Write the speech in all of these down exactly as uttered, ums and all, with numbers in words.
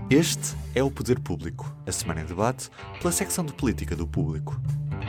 Este é o Poder Público, a semana em debate pela secção de Política do Público.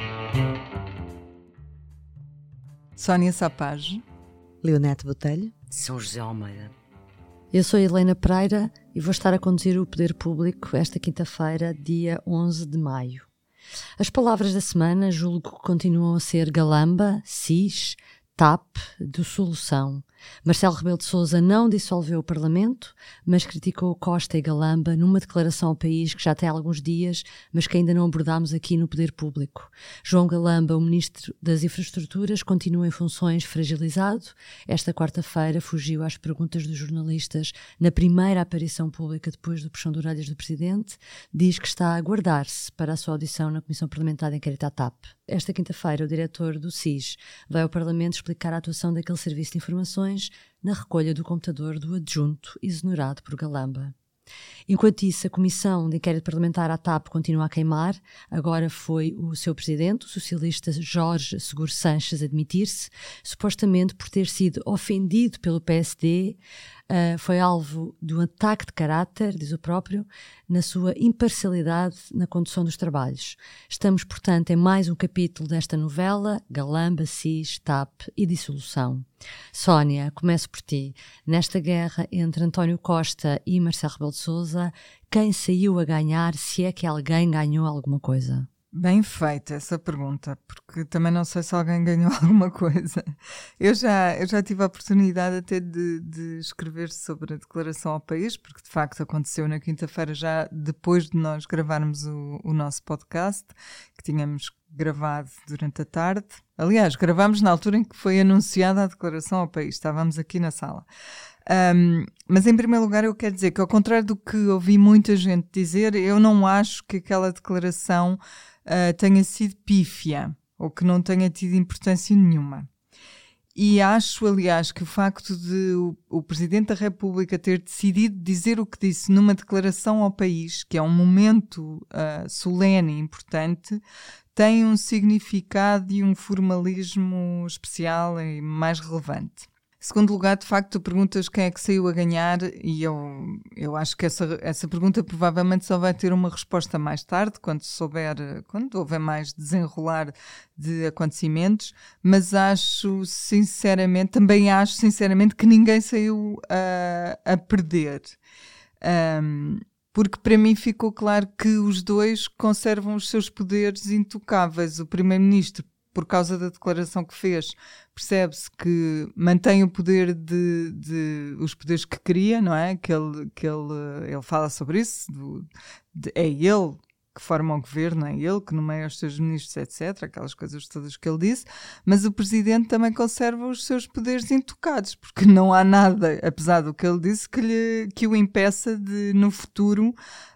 Sónia Sapage, Leonete Botelho, São José Almeida. Eu sou a Helena Pereira e vou estar a conduzir o Poder Público esta quinta-feira, dia onze de maio. As palavras da semana julgo que continuam a ser Galamba, S I S, T A P, dissolução. Marcelo Rebelo de Sousa não dissolveu o Parlamento, mas criticou Costa e Galamba numa declaração ao país que já tem alguns dias, mas que ainda não abordámos aqui no Poder Público. João Galamba, o Ministro das Infraestruturas, continua em funções fragilizado. Esta quarta-feira fugiu às perguntas dos jornalistas na primeira aparição pública depois do puxão de orelhas do Presidente. Diz que está a aguardar-se para a sua audição na Comissão Parlamentar de Inquérito à T A P. Esta quinta-feira, o diretor do S I S vai ao Parlamento explicar a atuação daquele serviço de informações na recolha do computador do adjunto exonerado por Galamba. Enquanto isso, a Comissão de Inquérito Parlamentar à T A P continua a queimar. Agora foi o seu presidente, o socialista Jorge Seguro Sanches, admitir-se, supostamente por ter sido ofendido pelo P S D, uh, foi alvo de um ataque de caráter, diz o próprio, na sua imparcialidade na condução dos trabalhos. Estamos, portanto, em mais um capítulo desta novela, Galamba, S I S, T A P e dissolução. Sónia, começo por ti. Nesta guerra entre António Costa e Marcelo Rebelo de Sousa, quem saiu a ganhar, se é que alguém ganhou alguma coisa? Bem feita essa pergunta, porque também não sei se alguém ganhou alguma coisa. Eu já, eu já tive a oportunidade até de, de escrever sobre a declaração ao país, porque de facto aconteceu na quinta-feira, já depois de nós gravarmos o, o nosso podcast, que tínhamos gravado durante a tarde. Aliás, gravámos na altura em que foi anunciada a declaração ao país, estávamos aqui na sala. Um, mas em primeiro lugar eu quero dizer que, ao contrário do que ouvi muita gente dizer, eu não acho que aquela declaração uh, tenha sido pífia ou que não tenha tido importância nenhuma. E acho, aliás, que o facto de o, o Presidente da República ter decidido dizer o que disse numa declaração ao país, que é um momento uh, solene e importante, tem um significado e um formalismo especial e mais relevante. Em segundo lugar, de facto, tu perguntas quem é que saiu a ganhar, e eu, eu acho que essa, essa pergunta provavelmente só vai ter uma resposta mais tarde, quando souber, quando houver mais desenrolar de acontecimentos, mas acho sinceramente, também acho sinceramente que ninguém saiu a, a perder. Um, porque para mim ficou claro que os dois conservam os seus poderes intocáveis. O Primeiro-Ministro, por causa da declaração que fez, percebe-se que mantém o poder de, de os poderes que queria, não é? Que ele, que ele, ele fala sobre isso, do, de, é ele que forma o governo, é ele que nomeia os seus ministros, etcétera, aquelas coisas todas que ele disse, mas o Presidente também conserva os seus poderes intocados, porque não há nada, apesar do que ele disse, que, lhe, que o impeça de, no futuro,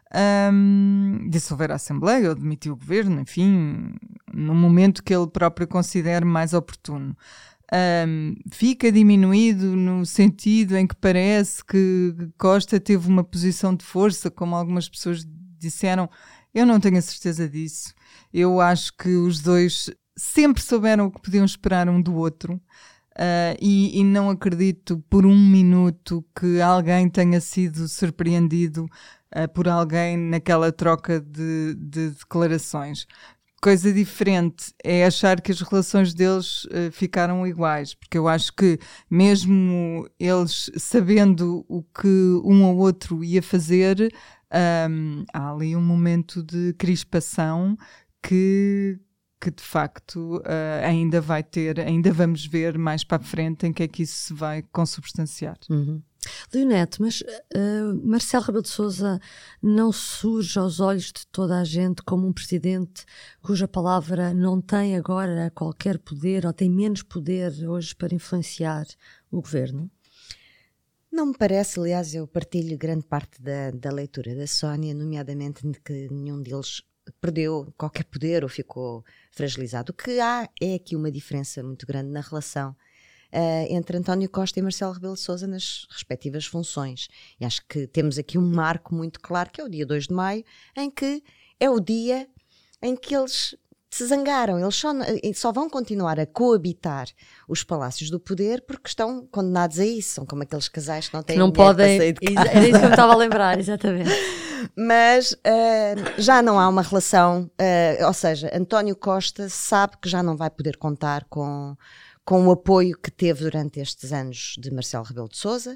Um, dissolver a Assembleia ou demitir o Governo, enfim, no momento que ele próprio considere mais oportuno. Um, fica diminuído no sentido em que parece que Costa teve uma posição de força, como algumas pessoas disseram. Eu não tenho a certeza disso. Eu acho que os dois sempre souberam o que podiam esperar um do outro. Uh, e, e não acredito por um minuto que alguém tenha sido surpreendido uh, por alguém naquela troca de, de declarações. Coisa diferente é achar que as relações deles uh, ficaram iguais, porque eu acho que mesmo eles sabendo o que um ou outro ia fazer, um, há ali um momento de crispação que... que de facto uh, ainda vai ter, ainda vamos ver mais para a frente em que é que isso se vai consubstanciar. Uhum. Leonete, mas uh, Marcelo Rebelo de Sousa não surge aos olhos de toda a gente como um presidente cuja palavra não tem agora qualquer poder ou tem menos poder hoje para influenciar o governo? Não me parece, aliás, eu partilho grande parte da, da leitura da Sónia, nomeadamente de que nenhum deles perdeu qualquer poder ou ficou fragilizado. O que há é aqui uma diferença muito grande na relação uh, entre António Costa e Marcelo Rebelo de Sousa nas respectivas funções. E acho que temos aqui um marco muito claro, que é o dia dois de maio, em que é o dia em que eles se zangaram. Eles só, só vão continuar a coabitar os palácios do poder porque estão condenados a isso. São como aqueles casais que não têm não dinheiro podem, para sair de casa. Era isso que eu me estava a lembrar, exatamente. Mas uh, já não há uma relação, uh, ou seja, António Costa sabe que já não vai poder contar com, com o apoio que teve durante estes anos de Marcelo Rebelo de Sousa,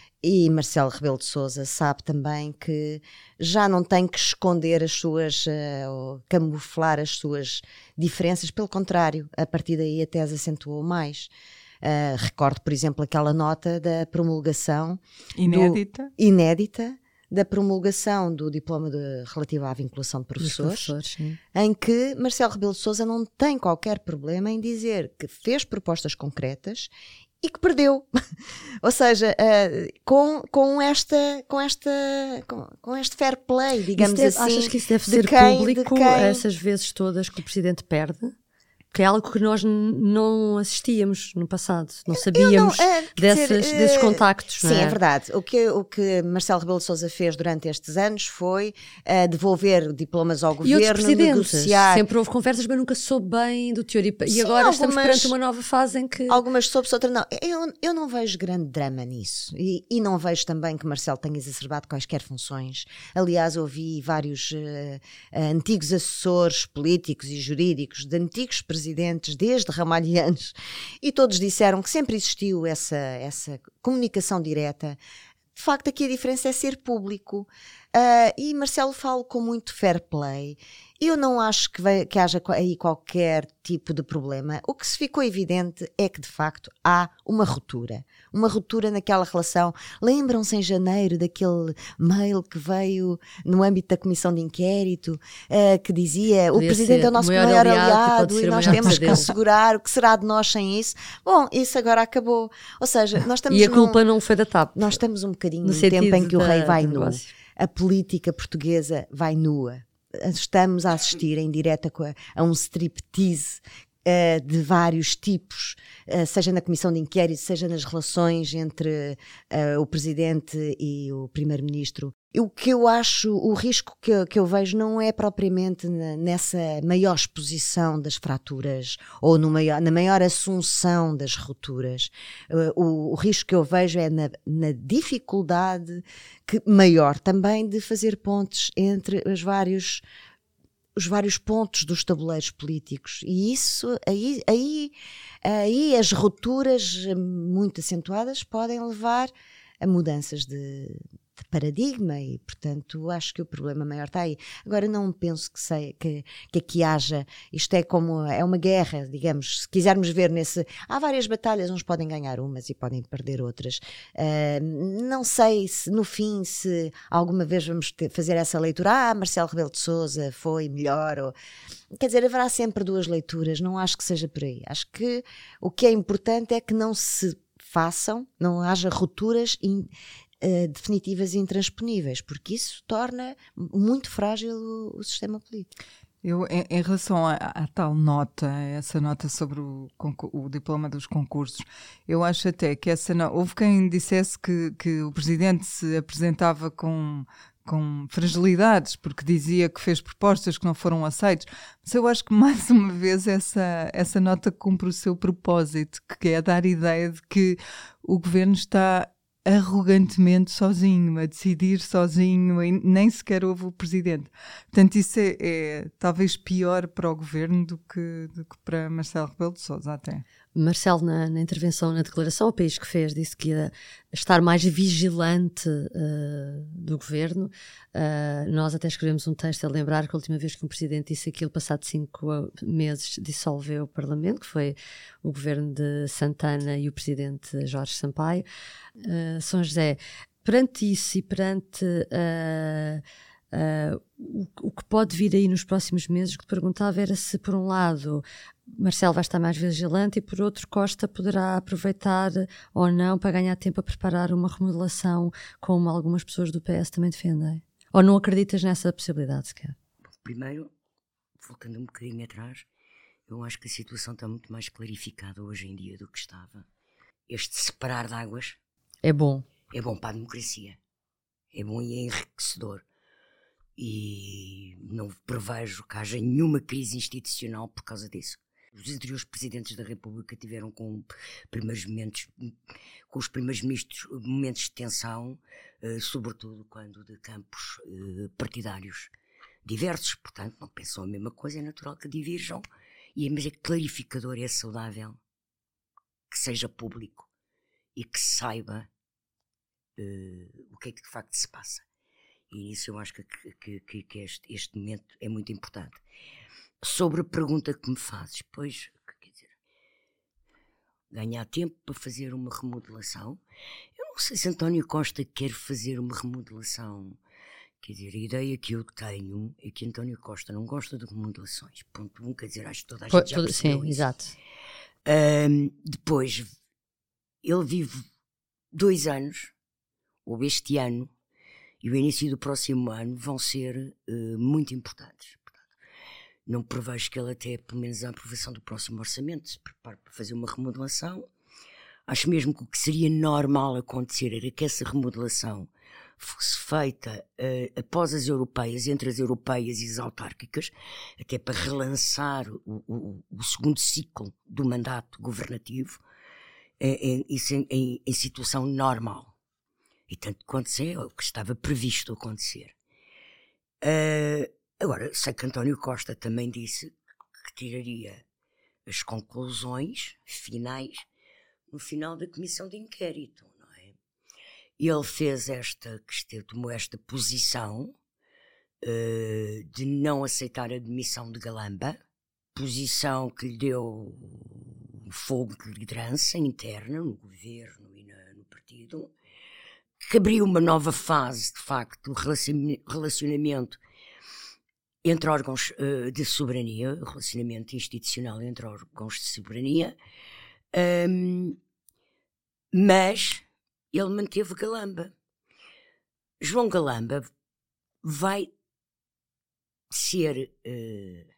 e Marcelo Rebelo de Sousa sabe também que já não tem que esconder as suas, uh, ou camuflar as suas diferenças, pelo contrário, a partir daí até as acentuou mais. Uh, recordo, por exemplo, aquela nota da promulgação inédita, do, inédita da promulgação do diploma de, relativo à vinculação de professores, professores em que Marcelo Rebelo de Sousa não tem qualquer problema em dizer que fez propostas concretas e que perdeu. Ou seja, uh, com, com, esta, com, esta, com, com este fair play, digamos deve, assim. Achas que isso deve de ser quem, público, quem... essas vezes todas que o Presidente perde? Que é algo que nós n- não assistíamos no passado, não sabíamos não, é, dessas, dizer, desses uh, contactos. Sim, não é? é verdade. O que, o que Marcelo Rebelo de Sousa fez durante estes anos foi uh, devolver diplomas ao E governo, outros presidentes, negociar. sempre houve conversas, mas nunca soube bem do teor. E, e Sim, agora algumas, estamos perante uma nova fase em que... Algumas soube-se, outras não. Eu, eu não vejo grande drama nisso. E, e não vejo também que Marcelo tenha exacerbado quaisquer funções. Aliás, ouvi vários uh, uh, antigos assessores políticos e jurídicos de antigos presidentes, desde ramalhianos, e todos disseram que sempre existiu essa, essa comunicação direta. De facto, aqui a diferença é ser público. Uh, e Marcelo fala com muito fair play. Eu não acho que, vai, que haja aí qualquer tipo de problema. O que se ficou evidente é que, de facto, há uma ruptura. Uma ruptura naquela relação. Lembram-se em janeiro daquele mail que veio no âmbito da comissão de inquérito, uh, que dizia: Podia o Presidente é o nosso maior, maior aliado e nós temos que assegurar o que será de nós sem isso. Bom, isso agora acabou. Ou seja, nós estamos E a culpa num, não foi da T A P. Nós estamos um bocadinho no no tempo em que da, o rei vai nu. negócio. A política portuguesa vai nua. Estamos a assistir em direto a, a um striptease uh, de vários tipos, uh, seja na comissão de inquérito, seja nas relações entre uh, o Presidente e o Primeiro-Ministro. O que eu acho, o risco que eu, que eu vejo não é propriamente na, nessa maior exposição das fraturas ou no maior, na maior assunção das rupturas. Uh, o, o risco que eu vejo é na, na dificuldade que, maior também de fazer pontes entre os vários, os vários pontos dos tabuleiros políticos. E isso, aí, aí, aí as rupturas muito acentuadas podem levar a mudanças de de paradigma e, portanto, acho que o problema maior está aí. Agora, não penso que, sei, que, que aqui haja, isto é como, é uma guerra, digamos, se quisermos ver nesse, há várias batalhas, uns podem ganhar umas e podem perder outras. Uh, não sei se, no fim, se alguma vez vamos ter, fazer essa leitura, ah, Marcelo Rebelo de Sousa foi melhor, ou... Quer dizer, haverá sempre duas leituras, não acho que seja por aí. Acho que o que é importante é que não se façam, não haja rupturas in, Uh, definitivas e intransponíveis, porque isso torna muito frágil o, o sistema político. Eu, em, em relação à, à tal nota, essa nota sobre o, o diploma dos concursos, eu acho até que essa nota, houve quem dissesse que, que o Presidente se apresentava com, com fragilidades, porque dizia que fez propostas que não foram aceitas, mas eu acho que mais uma vez essa, essa nota cumpre o seu propósito, que é dar a ideia de que o Governo está arrogantemente sozinho, a decidir sozinho, e nem sequer houve o Presidente. Portanto, isso é, é talvez pior para o Governo do que, do que para Marcelo Rebelo de Sousa até. Marcelo, na, na intervenção, na declaração ao país que fez, disse que ia estar mais vigilante uh, do Governo. Uh, nós até escrevemos um texto a lembrar que a última vez que um Presidente disse aquilo, passado cinco meses, dissolveu o Parlamento, que foi o Governo de Santana e o Presidente Jorge Sampaio. Uh, São José, perante isso e perante uh, uh, o, o que pode vir aí nos próximos meses, o que te perguntava era se, por um lado, Marcelo vai estar mais vigilante e, por outro, Costa poderá aproveitar ou não para ganhar tempo a preparar uma remodelação, como algumas pessoas do P S também defendem. Ou não acreditas nessa possibilidade sequer? Primeiro, voltando um bocadinho atrás, eu acho que a situação está muito mais clarificada hoje em dia do que estava. Este separar de águas é bom. É bom para a democracia. É bom e é enriquecedor. E não prevejo que haja nenhuma crise institucional por causa disso. Os anteriores presidentes da República tiveram com primeiros momentos, com os primeiros ministros, momentos de tensão, uh, sobretudo quando de campos uh, partidários diversos, portanto não pensam a mesma coisa, é natural que divirjam, e mas é clarificador, é saudável que seja público e que se saiba uh, o que é que de facto se passa. E isso eu acho que, que, que, que este, este momento é muito importante. Sobre a pergunta que me fazes, pois, quer dizer, ganhar tempo para fazer uma remodelação. Eu não sei se António Costa quer fazer uma remodelação. Quer dizer, a ideia que eu tenho é que António Costa não gosta de remodelações. Ponto um, quer dizer, acho que toda a gente já percebeu Sim, isso. exato. Um, depois, ele vive dois anos, ou este ano, e o início do próximo ano vão ser uh, muito importantes. Portanto, não prevejo que ele até, pelo menos a aprovação do próximo orçamento, se prepare para fazer uma remodelação. Acho mesmo que o que seria normal acontecer era que essa remodelação fosse feita uh, após as europeias, entre as europeias e as autárquicas, até para relançar o, o, o segundo ciclo do mandato governativo em, em, em, em situação normal. E tanto quanto sei, é o que estava previsto acontecer. Uh, agora, sei que António Costa também disse que tiraria as conclusões finais no final da comissão de inquérito, não é? Ele fez esta, tomou esta posição uh, de não aceitar a demissão de Galamba, posição que lhe deu fogo de liderança interna no governo e na, no partido, que abriu uma nova fase, de facto, de relacionamento entre órgãos uh, de soberania, relacionamento institucional entre órgãos de soberania, um, mas ele manteve Galamba. João Galamba vai ser, uh,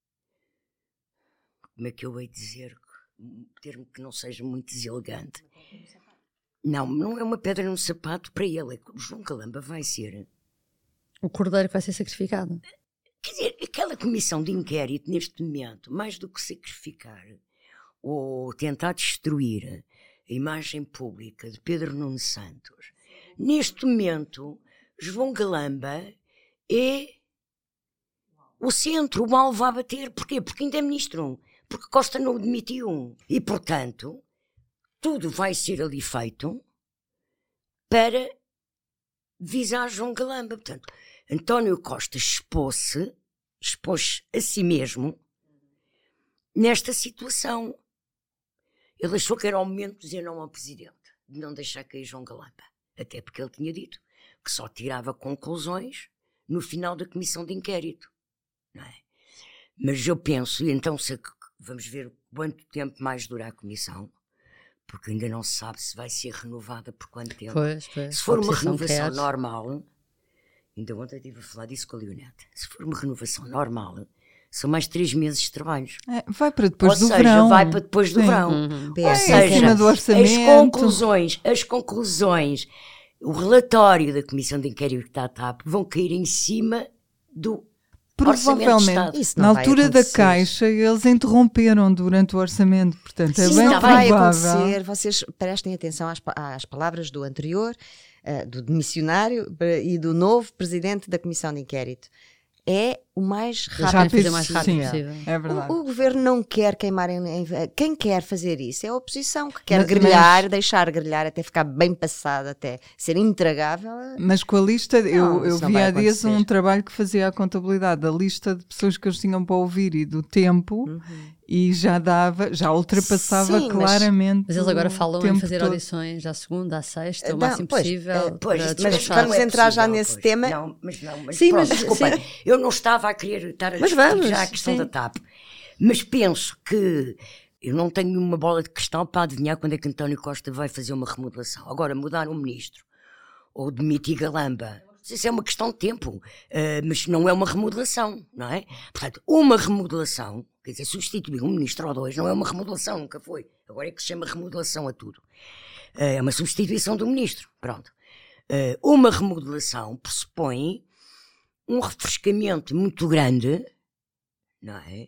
como é que eu hei de dizer, um termo que não seja muito deselegante. Não, não é uma pedra no sapato para ele. O João Galamba vai ser o cordeiro que vai ser sacrificado. Quer dizer, aquela comissão de inquérito, neste momento, mais do que sacrificar ou tentar destruir a imagem pública de Pedro Nuno Santos, neste momento, João Galamba é o centro, o alvo a bater. Porquê? Porque ainda é ministro. Porque Costa não o demitiu. E, portanto, tudo vai ser ali feito para visar João Galamba. Portanto, António Costa expôs-se, expôs a si mesmo nesta situação. Ele achou que era o momento de dizer não ao presidente, de não deixar cair João Galamba. Até porque ele tinha dito que só tirava conclusões no final da comissão de inquérito. Não é? Mas eu penso, e então se, vamos ver quanto tempo mais dura a comissão, porque ainda não se sabe se vai ser renovada por quanto tempo. Pois, pois. Se for uma renovação normal, ainda ontem estive a falar disso com a Leonete, se for uma renovação normal, são mais três meses de trabalhos. É, vai para depois Ou do seja, verão. vai para depois do Sim. verão. Uhum. Ou É, seja, em cima do orçamento. as conclusões, as conclusões, o relatório da Comissão de Inquérito da T A P vão cair em cima do Provavelmente, Isso não na vai altura da acontecer. Caixa, eles interromperam durante o orçamento, portanto é Isso bem não vai provável. acontecer. Vocês prestem atenção às, pa- às palavras do anterior, uh, do demissionário uh, e do novo presidente da Comissão de Inquérito. É o mais Eles rápido. querem fazer o mais sim, rápido sim, possível. é verdade. O, o governo não quer queimar em, em- quem quer fazer isso é a oposição, que quer Mas- grelhar, mas- deixar grelhar até ficar bem passado, até ser intragável. Mas com a lista, eu, Não, eu isso não vi vai há dias acontecer. um trabalho que fazia a contabilidade da lista de pessoas que eles tinham para ouvir e do tempo, Uhum. e já dava, já ultrapassava Sim, mas- claramente. Mas eles agora o falam em tempo fazer todo. audições à segunda, à sexta, o Não, máximo pois, possível. eh, Pois, para isto mas despachar. vamos não é entrar já possível, nesse pois. tema. Não, mas não, mas Sim, pronto, mas- desculpem, sim. eu não estava a querer estar a Mas discutir vamos, já a questão sim. da T A P, mas penso que eu não tenho uma bola de cristal para adivinhar quando é que António Costa vai fazer uma remodelação. Agora, mudar um ministro ou demitir Galamba, isso é uma questão de tempo, eh, mas não é uma remodelação, não é? Portanto, uma remodelação, quer dizer, substituir um ministro ou dois não é uma remodelação, nunca foi. Agora é que se chama remodelação a tudo. Eh, É uma substituição do ministro, pronto. Eh, Uma remodelação pressupõe um refrescamento muito grande, não é?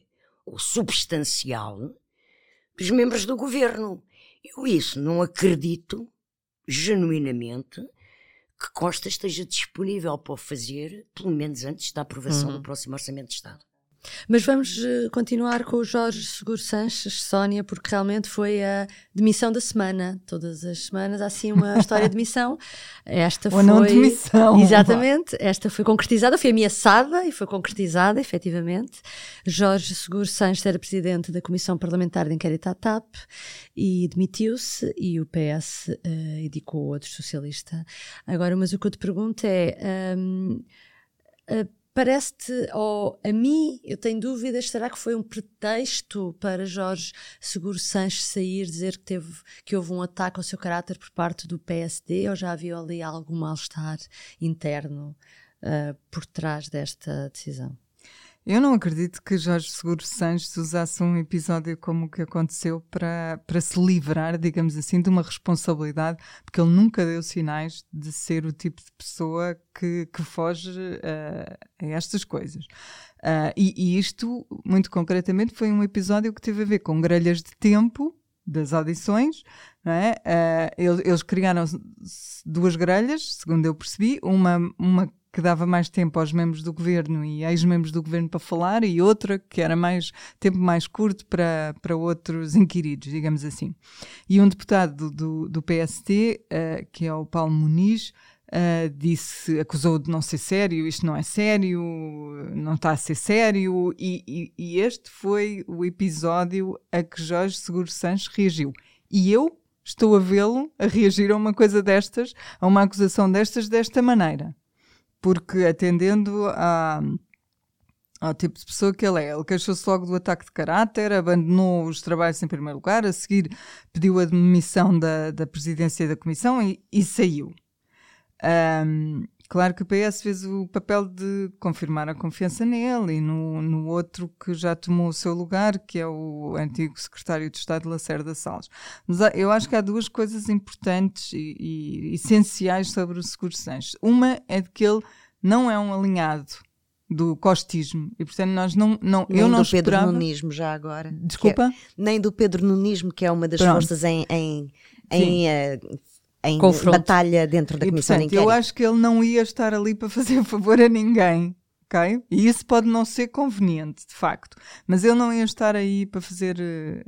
ou substancial dos membros do governo. Eu isso não acredito genuinamente que Costa esteja disponível para o fazer, pelo menos antes da aprovação uhum. do próximo Orçamento de Estado. Mas vamos uh, continuar com o Jorge Seguro Sanches, Sónia, porque realmente foi a demissão da semana. Todas as semanas há assim uma história de demissão. Esta Ou foi... não demissão. Exatamente. Esta foi concretizada, foi ameaçada e foi concretizada, efetivamente. Jorge Seguro Sanches era presidente da Comissão Parlamentar de Inquérito à T A P e demitiu-se, e o P S uh, indicou outro socialista. Agora, mas o que eu te pergunto é... Um, uh, Parece-te, ou a mim, eu tenho dúvidas, será que foi um pretexto para Jorge Seguro Sanches sair, dizer que, teve, que houve um ataque ao seu caráter por parte do P S D, ou já havia ali algum mal-estar interno uh, por trás desta decisão? Eu não acredito que Jorge Seguro Sanches usasse um episódio como o que aconteceu para, para se livrar, digamos assim, de uma responsabilidade, porque ele nunca deu sinais de ser o tipo de pessoa que, que foge uh, a estas coisas. Uh, e, e isto, muito concretamente, foi um episódio que teve a ver com grelhas de tempo das audições, não é? Uh, eles, eles criaram duas grelhas, segundo eu percebi, uma... uma que dava mais tempo aos membros do governo e ex-membros do governo para falar, e outra que era mais tempo mais curto para, para outros inquiridos, digamos assim. E um deputado do, do, do P S T, uh, que é o Paulo Muniz, uh, disse, acusou de não ser sério, isto não é sério, não está a ser sério, e, e, e este foi o episódio a que Jorge Seguro Sanches reagiu. E eu estou a vê-lo a reagir a uma coisa destas, a uma acusação destas, desta maneira. Porque atendendo a, ao tipo de pessoa que ele é, ele queixou-se logo do ataque de caráter, abandonou os trabalhos em primeiro lugar, a seguir pediu a demissão da, da presidência da comissão e, e saiu. Um, claro que o P S fez o papel de confirmar a confiança nele e no, no outro que já tomou o seu lugar, que é o antigo secretário de Estado Lacerda Salles. Mas há, eu acho que há duas coisas importantes e, e essenciais sobre o Seguro Sanches. Uma é de que ele não é um alinhado do costismo e, portanto, nós não, não nem eu não do esperava... Pedro Nunismo já agora. Desculpa? É, nem do Pedro Nunismo, que é uma das Pronto. forças em... em, em uh, em Confronto. batalha dentro da e, Comissão portanto, de Inquérito. Eu acho que ele não ia estar ali para fazer favor a ninguém, ok? E isso pode não ser conveniente, de facto. Mas ele não ia estar aí para fazer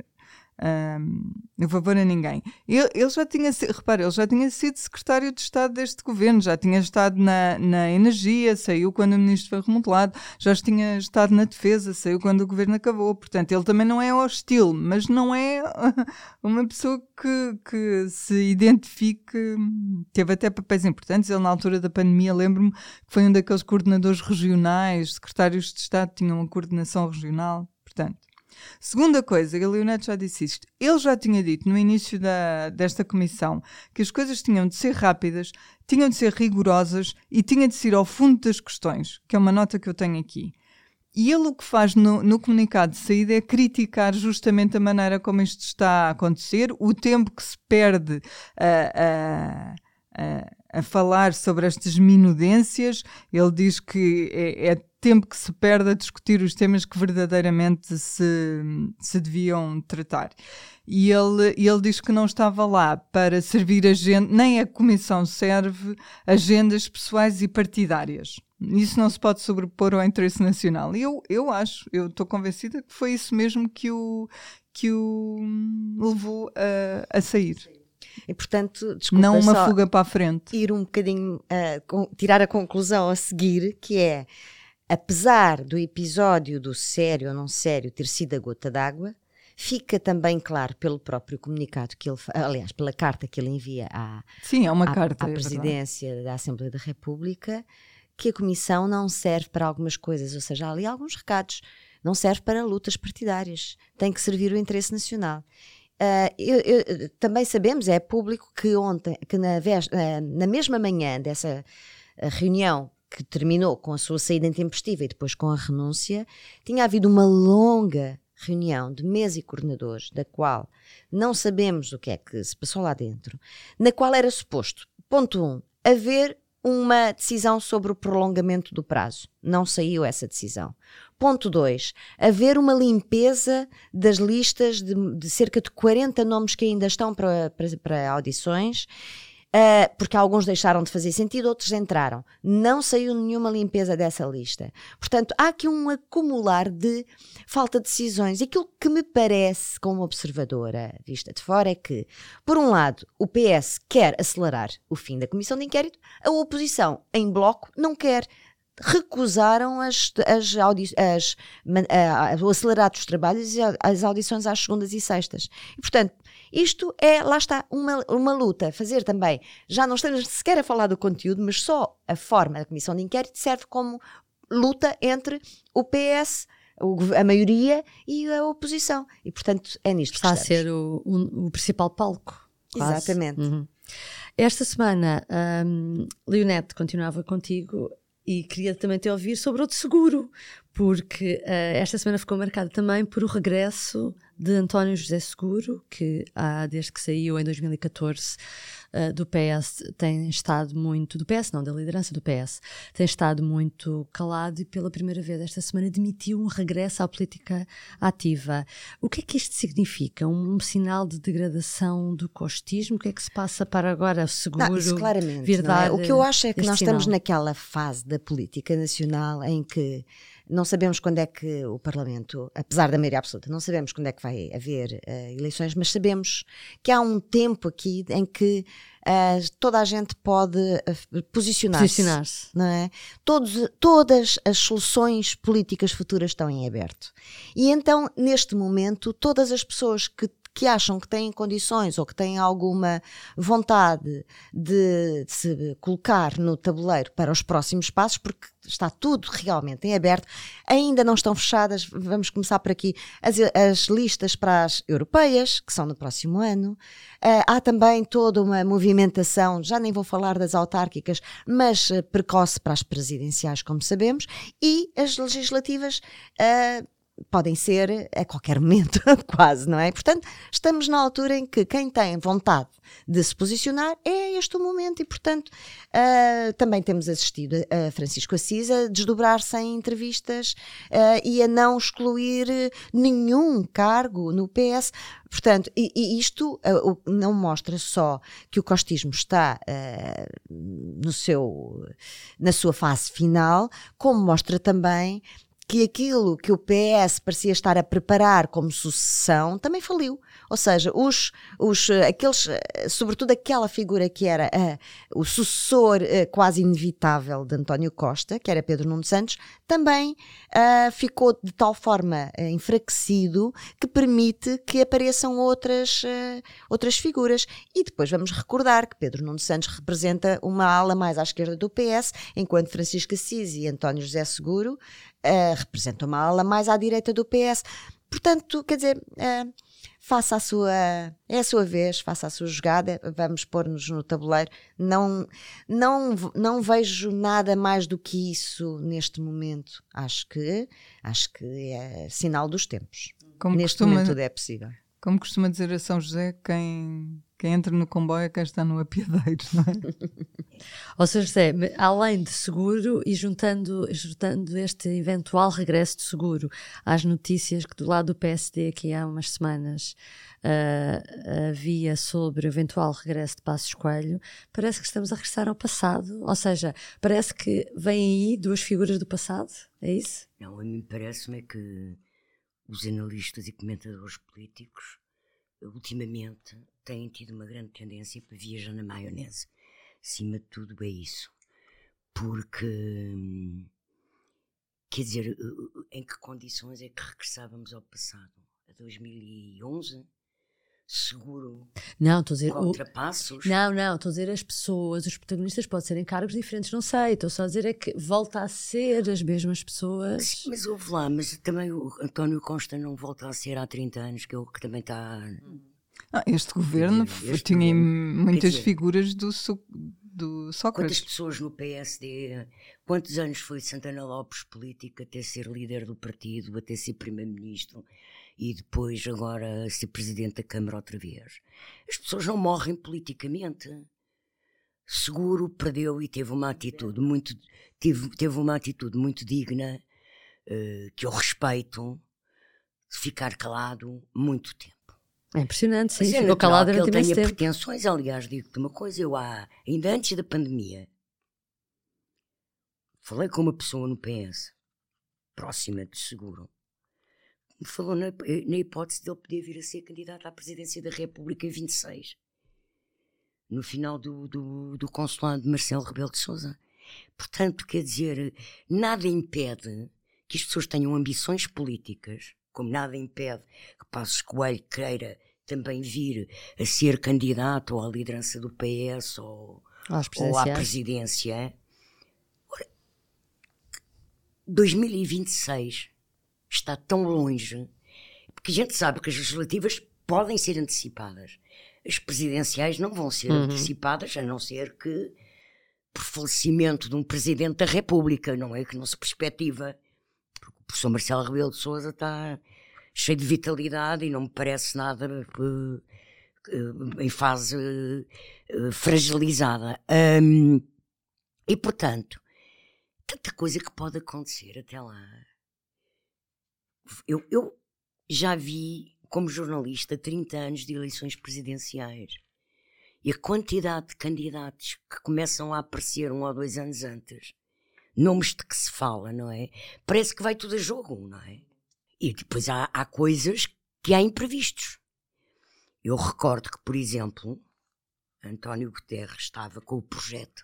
um, favor a ninguém. Ele, ele já tinha sido, repara, ele já tinha sido secretário de Estado deste governo, já tinha estado na, na energia, saiu quando o ministro foi remodelado, já tinha estado na defesa, saiu quando o governo acabou. Portanto, ele também não é hostil, mas não é uma pessoa que, que se identifique. Teve até papéis importantes. Ele, na altura da pandemia, lembro-me que foi um daqueles coordenadores regionais, secretários de Estado tinham uma coordenação regional. Portanto, segunda coisa, e a Leonete já disse isto, ele já tinha dito no início da, desta comissão que as coisas tinham de ser rápidas, tinham de ser rigorosas e tinha de ser ao fundo das questões, que é uma nota que eu tenho aqui. E ele o que faz no, no comunicado de saída é criticar justamente a maneira como isto está a acontecer, o tempo que se perde a, a, a, a falar sobre estas minudências. Ele diz que é, é tempo que se perde a discutir os temas que verdadeiramente se, se deviam tratar. E ele, ele diz que não estava lá para servir agenda, nem a comissão serve agendas pessoais e partidárias. Isso não se pode sobrepor ao interesse nacional. E eu, eu acho, eu estou convencida que foi isso mesmo que o, que o levou a, a sair. E, portanto, desculpa, não uma só fuga para a frente. Ir um bocadinho, uh, com, tirar a conclusão a seguir, que é, apesar do episódio do sério ou não sério ter sido a gota d'água, fica também claro pelo próprio comunicado que ele, aliás, pela carta que ele envia à, Sim, é uma à, carta, à é presidência verdade. da Assembleia da República, que a Comissão não serve para algumas coisas, ou seja, há ali alguns recados, não serve para lutas partidárias, tem que servir o interesse nacional. Uh, eu, eu, também sabemos, é público, que ontem, que na, vez, uh, na mesma manhã dessa uh, reunião que terminou com a sua saída intempestiva e depois com a renúncia, tinha havido uma longa reunião de mesa e coordenadores, da qual não sabemos o que é que se passou lá dentro, na qual era suposto, ponto um, haver uma decisão sobre o prolongamento do prazo. Não saiu essa decisão. Ponto dois. Haver uma limpeza das listas de, de cerca de quarenta nomes que ainda estão para, para, para audições, uh, porque alguns deixaram de fazer sentido, outros entraram. Não saiu nenhuma limpeza dessa lista. Portanto, há aqui um acumular de falta de decisões. E aquilo que me parece, como observadora vista de fora, é que, por um lado, o P S quer acelerar o fim da comissão de inquérito, a oposição, em bloco, não quer. Recusaram as, as, audi- as, a, a, o acelerado dos trabalhos e as audições às segundas e sextas. E, portanto, isto é, lá está, uma, uma luta. Fazer também, já não estamos sequer a falar do conteúdo, mas só a forma da comissão de inquérito serve como luta entre o P S, a maioria, e a oposição. E, portanto, é nisto que está a estamos. ser o, o, o principal palco. Quase. Exatamente. Uhum. Esta semana, um, Leonete, continuava contigo. E queria também te ouvir sobre outro seguro, porque uh, esta semana ficou marcada também por o regresso de António José Seguro, que há, desde que saiu em dois mil e catorze uh, do P S, tem estado muito, do P S não, da liderança do P S, tem estado muito calado e pela primeira vez esta semana demitiu um regresso à política ativa. O que é que isto significa? Um, um sinal de degradação do costismo? O que é que se passa para agora o Seguro? Não, isso claramente, vir não é? dar O que eu acho é que nós sinal? estamos naquela fase da política nacional em que não sabemos quando é que o Parlamento, apesar da maioria absoluta, não sabemos quando é que vai haver uh, eleições, mas sabemos que há um tempo aqui em que uh, toda a gente pode uh, posicionar-se. Posicionar-se. Não é? Todos, todas as soluções políticas futuras estão em aberto. E então, neste momento, todas as pessoas que que acham que têm condições ou que têm alguma vontade de, de se colocar no tabuleiro para os próximos passos, porque está tudo realmente em aberto, ainda não estão fechadas, vamos começar por aqui, as, as listas para as europeias, que são no próximo ano, uh, há também toda uma movimentação, já nem vou falar das autárquicas, mas uh, precoce para as presidenciais, como sabemos, e as legislativas uh, podem ser a qualquer momento, quase, não é? Portanto, estamos na altura em que quem tem vontade de se posicionar é este o momento e, portanto, uh, também temos assistido a Francisco Assis a desdobrar-se em entrevistas uh, e a não excluir nenhum cargo no P S. Portanto, e, e isto uh, não mostra só que o costismo está uh, no seu, na sua fase final, como mostra também que aquilo que o P S parecia estar a preparar como sucessão também faliu. Ou seja, os, os, aqueles, sobretudo aquela figura que era uh, o sucessor uh, quase inevitável de António Costa, que era Pedro Nuno Santos, também uh, ficou de tal forma uh, enfraquecido que permite que apareçam outras, uh, outras figuras. E depois vamos recordar que Pedro Nuno Santos representa uma ala mais à esquerda do P S, enquanto Francisco Assis e António José Seguro Uh, representa uma ala mais à direita do P S. Portanto, quer dizer, uh, faça a sua, é a sua vez, faça a sua jogada, vamos pôr-nos no tabuleiro. Não, não, não vejo nada mais do que isso neste momento. Acho que, acho que é sinal dos tempos. Como neste costuma, momento tudo é possível. Como costuma dizer a São José, quem, quem entra no comboio é quem está no apiadeiro, não é? Ou seja, José, além de Seguro e juntando, juntando este eventual regresso de Seguro às notícias que do lado do P S D aqui há umas semanas uh, havia sobre o eventual regresso de Passos Coelho, parece que estamos a regressar ao passado. Ou seja, parece que vêm aí duas figuras do passado, é isso? Não, a mim parece-me que os analistas e comentadores políticos ultimamente têm tido uma grande tendência para viajar na maionese. Acima de tudo é isso. Porque, quer dizer, em que condições é que regressávamos ao passado? A dois mil e onze? Seguro? Não, estou a dizer... Contrapassos? O... Não, não, estou a dizer as pessoas, os protagonistas podem ser em cargos diferentes, não sei. Estou só a dizer é que volta a ser as mesmas pessoas. Sim, mas houve lá, mas também o António Costa não volta a ser há trinta anos, que é o que também está... Ah, este governo este tinha governo, muitas dizer, figuras do, do Sócrates. Quantas pessoas no P S D, quantos anos foi Santana Lopes político até ser líder do partido, até ser primeiro-ministro e depois agora ser presidente da Câmara outra vez? As pessoas não morrem politicamente. Seguro, perdeu e teve uma atitude muito, teve, teve uma atitude muito digna, uh, que eu respeito, de ficar calado muito tempo. É impressionante, sim, Mas é ficou calado que durante ele imenso tenha tempo. pretensões. Aliás, digo-te uma coisa, eu há, ainda antes da pandemia, falei com uma pessoa no P S, próxima de Seguro, me falou na, na hipótese de ele poder vir a ser candidato à presidência da República em vinte e seis, no final do, do, do consulado de Marcelo Rebelo de Sousa. Portanto, quer dizer, nada impede que as pessoas tenham ambições políticas, como nada impede que Passos Coelho queira também vir a ser candidato ou à liderança do P S ou, ou à presidência. Ora, dois mil e vinte e seis está tão longe, porque a gente sabe que as legislativas podem ser antecipadas. As presidenciais não vão ser uhum. antecipadas, a não ser que por falecimento de um presidente da República, não é? Que não se perspectiva. Porque o professor Marcelo Rebelo de Sousa está cheio de vitalidade e não me parece nada uh, uh, em fase uh, fragilizada. Um, e, portanto, tanta coisa que pode acontecer até lá. Eu, eu já vi, como jornalista, trinta anos de eleições presidenciais. E a quantidade de candidatos que começam a aparecer um ou dois anos antes, nomes de que se fala, não é? Parece que vai tudo a jogo, não é? E depois há, há coisas que há imprevistos. Eu recordo que, por exemplo, António Guterres estava com o projeto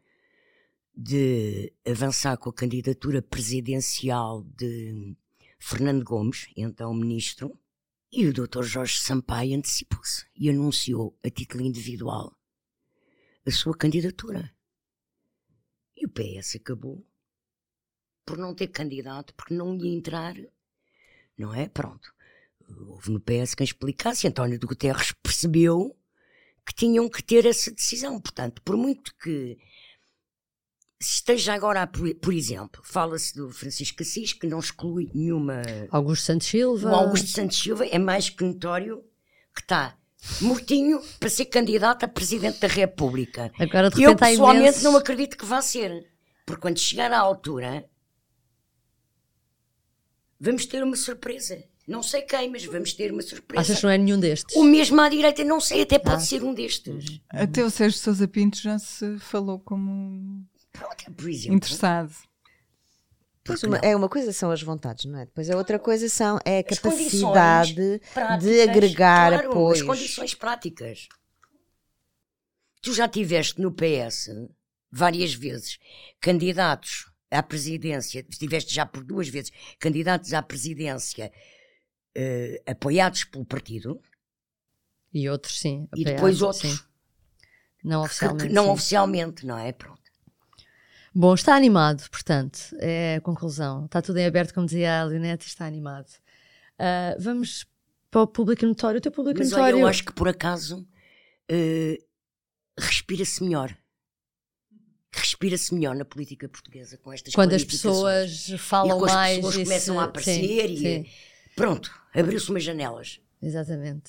de avançar com a candidatura presidencial de Fernando Gomes, então ministro, e o doutor Jorge Sampaio antecipou-se e anunciou a título individual a sua candidatura. E o P S acabou por não ter candidato, porque não ia entrar, não é? Pronto. Houve no P S quem explicasse, António Guterres percebeu que tinham que ter essa decisão. Portanto, por muito que esteja agora, por, por exemplo, fala-se do Francisco Assis, que não exclui nenhuma... Augusto Santos Silva. O Augusto Santos Silva é mais que notório que está mortinho para ser candidato a Presidente da República. Agora, de eu, pessoalmente, imensos... não acredito que vá ser. Porque quando chegar à altura, vamos ter uma surpresa. Não sei quem, mas vamos ter uma surpresa. Achas que não é nenhum destes? O mesmo à direita, não sei, até pode ah. ser um destes. Até o Sérgio Sousa Pinto já se falou como... Pronto, por exemplo, interessado. Pois uma, é uma coisa são as vontades, não é? Depois a outra coisa são, é a capacidade de agregar claro, apoios. As condições práticas. Tu já tiveste no P S várias vezes candidatos à presidência, tiveste já por duas vezes candidatos à presidência uh, apoiados pelo partido. E outros sim. E depois outros. Sim. Não oficialmente. Que, que não sim. oficialmente, não é? Pronto. Bom, está animado, portanto, é a conclusão. Está tudo em aberto, como dizia a Leonete, está animado. Uh, vamos para o público notório. O teu público Mas notório... olha, eu acho que por acaso uh, respira-se melhor. Respira-se melhor na política portuguesa com estas quando as pessoas falam e quando mais... as pessoas esse... começam a aparecer sim, e sim. Pronto, abriu-se umas janelas. Exatamente.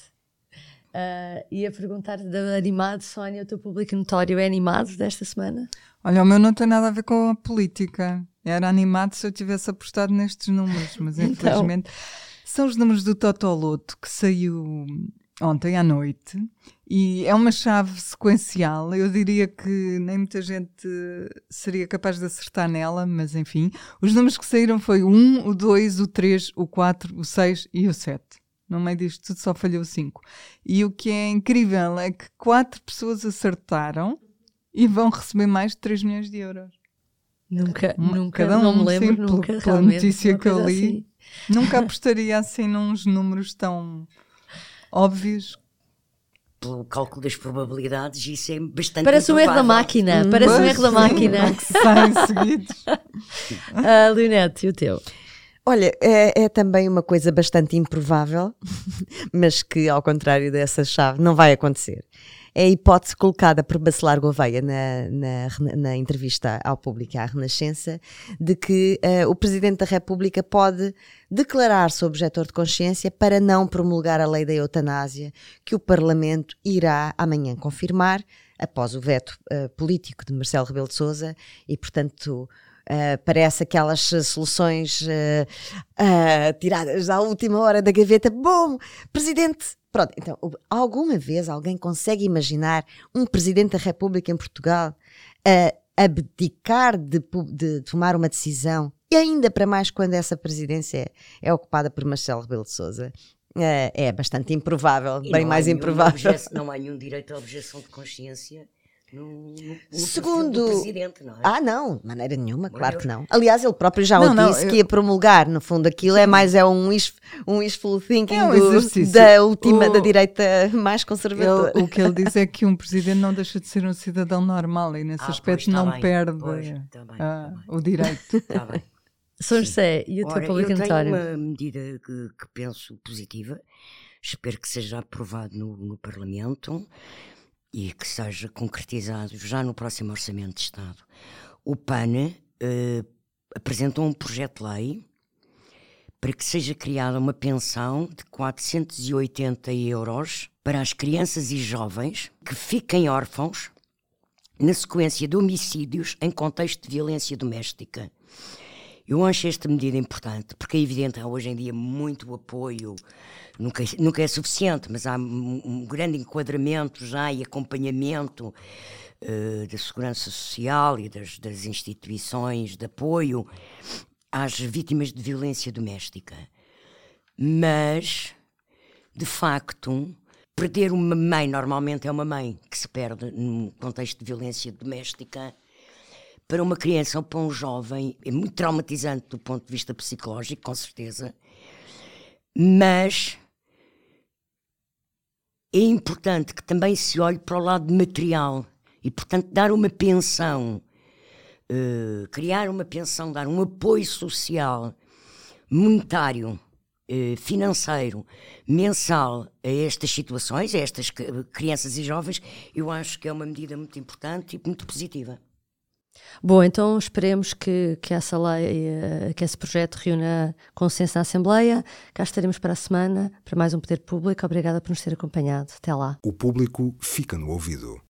Uh, ia perguntar de animado, Sónia, o teu público notório é animado desta semana? Olha, o meu não tem nada a ver com a política. Era animado se eu tivesse apostado nestes números, mas então... infelizmente são os números do Totoloto que saiu ontem à noite e é uma chave sequencial. Eu diria que nem muita gente seria capaz de acertar nela, mas enfim. Os números que saíram foi o um, o dois, o três, o quatro, o seis e o sete. No meio disto tudo só falhou cinco. E o que é incrível é que quatro pessoas acertaram e vão receber mais de três milhões de euros. Nunca, Uma, nunca, cada um, não me lembro, sim, nunca, pela, pela notícia que eu li. Assim. Nunca apostaria assim nos números tão óbvios. Pelo cálculo das probabilidades, isso é bastante Parece um erro da máquina, hum, parece um erro da máquina. Que saem seguidos. uh, Leonete, e o teu? Olha, é, é também uma coisa bastante improvável, mas que, ao contrário dessa chave, não vai acontecer. É a hipótese colocada por Bacelar Gouveia na, na, na entrevista ao público à Renascença de que uh, o Presidente da República pode declarar-se objetor de consciência para não promulgar a lei da eutanásia, que o Parlamento irá amanhã confirmar, após o veto uh, político de Marcelo Rebelo de Sousa e, portanto, uh, parece aquelas soluções uh, uh, tiradas à última hora da gaveta. Bom, Presidente... Pronto, então, alguma vez alguém consegue imaginar um Presidente da República em Portugal uh, abdicar de, de tomar uma decisão, e ainda para mais quando essa presidência é, é ocupada por Marcelo Rebelo de Sousa? É, é bastante improvável, e bem mais improvável. Objeção, não há nenhum direito à objeção de consciência no, no, no Segundo do presidente, não é? Ah, não, de maneira nenhuma, Meu claro Deus. que não. Aliás, ele próprio já Não, o não, disse eu- que ia promulgar. No fundo, aquilo é mais é um wishful, um wishful thinking É um do- exercício. da última, O- da direita mais conservadora. Ele- o que ele diz é que um presidente não deixa de ser um cidadão normal e nesse Ah, aspecto pois, tá não bem. perde Pois, tá bem, ah, tá bem. o direito. Está bem. São Sim. José, e o teu Ora, público eu tenho notório? uma medida que, que penso positiva, espero que seja aprovado no, no Parlamento e que seja concretizado já no próximo Orçamento de Estado. O P A N eh, apresentou um projeto de lei para que seja criada uma pensão de quatrocentos e oitenta euros para as crianças e jovens que fiquem órfãos na sequência de homicídios em contexto de violência doméstica. Eu acho esta medida importante, porque é evidente, há hoje em dia muito apoio, nunca, nunca é suficiente, mas há um, um grande enquadramento já e acompanhamento uh, da segurança social e das, das instituições de apoio às vítimas de violência doméstica. Mas, de facto, perder uma mãe, normalmente é uma mãe que se perde num contexto de violência doméstica, para uma criança ou para um jovem é muito traumatizante do ponto de vista psicológico, com certeza, mas é importante que também se olhe para o lado material e, portanto, dar uma pensão, uh, criar uma pensão, dar um apoio social, monetário, uh, financeiro, mensal a estas situações, a estas crianças e jovens, eu acho que é uma medida muito importante e muito positiva. Bom, então esperemos que, que essa lei, eh, que esse projeto reúna consenso na Assembleia. Cá estaremos para a semana, para mais um Poder Público. Obrigada por nos ter acompanhado. Até lá. O público fica no ouvido.